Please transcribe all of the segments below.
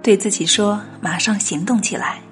对自己说，马上行动起来。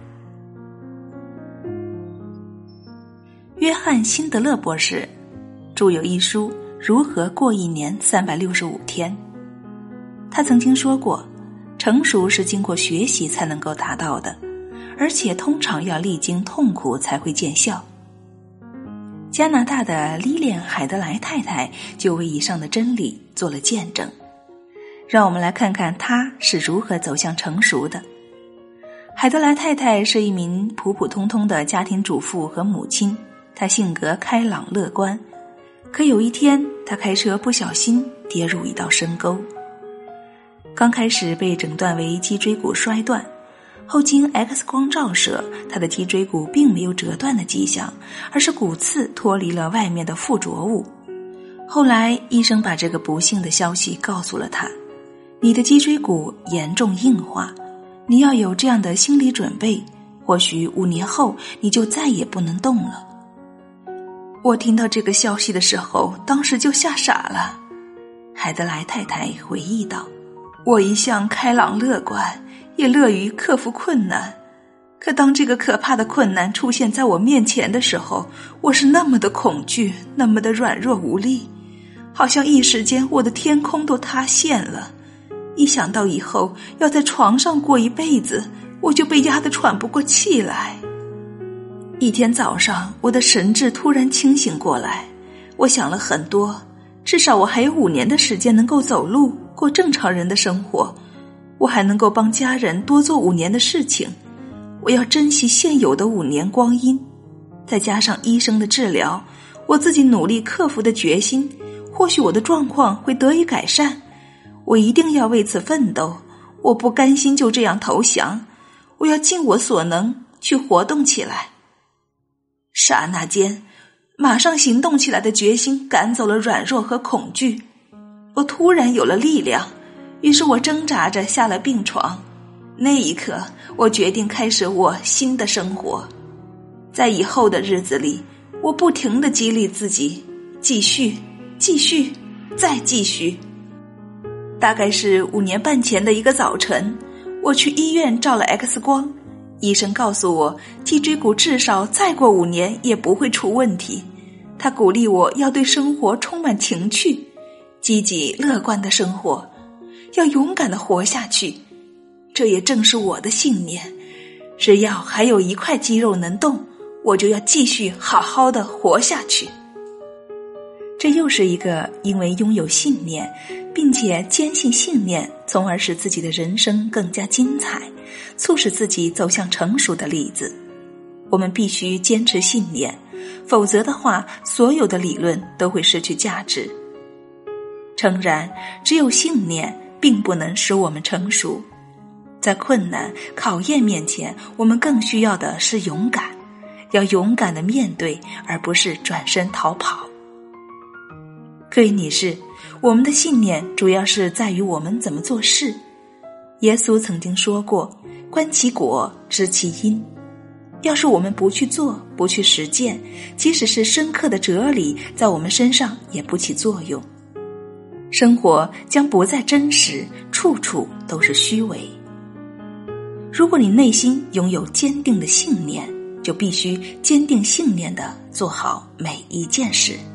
约翰·辛德勒博士著有一书《如何过一年365天》。他曾经说过，成熟是经过学习才能够达到的，而且通常要历经痛苦才会见效。加拿大的莉莲·海德莱太太就为以上的真理做了见证。让我们来看看她是如何走向成熟的。海德莱太太是一名普普通通的家庭主妇和母亲，她性格开朗乐观。可有一天，她开车不小心跌入一道深沟。刚开始被诊断为脊椎骨摔断，后经 X 光照射，她的脊椎骨并没有折断的迹象，而是骨刺脱离了外面的附着物。后来医生把这个不幸的消息告诉了她，你的脊椎骨严重硬化，你要有这样的心理准备，或许5年后你就再也不能动了。我听到这个消息的时候，当时就吓傻了。海德莱太太回忆道，我一向开朗乐观，也乐于克服困难，可当这个可怕的困难出现在我面前的时候，我是那么的恐惧，那么的软弱无力，好像一时间我的天空都塌陷了。一想到以后要在床上过一辈子，我就被压得喘不过气来。一天早上，我的神智突然清醒过来，我想了很多，至少我还有5年的时间能够走路，过正常人的生活，我还能够帮家人多做5年的事情，我要珍惜现有的5年光阴，再加上医生的治疗，我自己努力克服的决心，或许我的状况会得以改善。我一定要为此奋斗，我不甘心就这样投降，我要尽我所能去活动起来。刹那间，马上行动起来的决心赶走了软弱和恐惧，我突然有了力量，于是我挣扎着下了病床。那一刻，我决定开始我新的生活。在以后的日子里，我不停地激励自己，继续，继续，再继续。大概是5年半前的一个早晨，我去医院照了 X 光，医生告诉我，脊椎骨至少再过5年也不会出问题。他鼓励我要对生活充满情趣，积极乐观的生活，要勇敢地活下去。这也正是我的信念，只要还有一块肌肉能动，我就要继续好好地活下去。这又是一个因为拥有信念，并且坚信信念，从而使自己的人生更加精彩，促使自己走向成熟的例子。我们必须坚持信念，否则的话，所有的理论都会失去价值。诚然，只有信念并不能使我们成熟。在困难、考验面前，我们更需要的是勇敢，要勇敢地面对，而不是转身逃跑。各位女士，我们的信念主要是在于我们怎么做事。耶稣曾经说过，观其果，知其因。要是我们不去做，不去实践，即使是深刻的哲理，在我们身上也不起作用。生活将不再真实，处处都是虚伪。如果你内心拥有坚定的信念，就必须坚定信念地做好每一件事。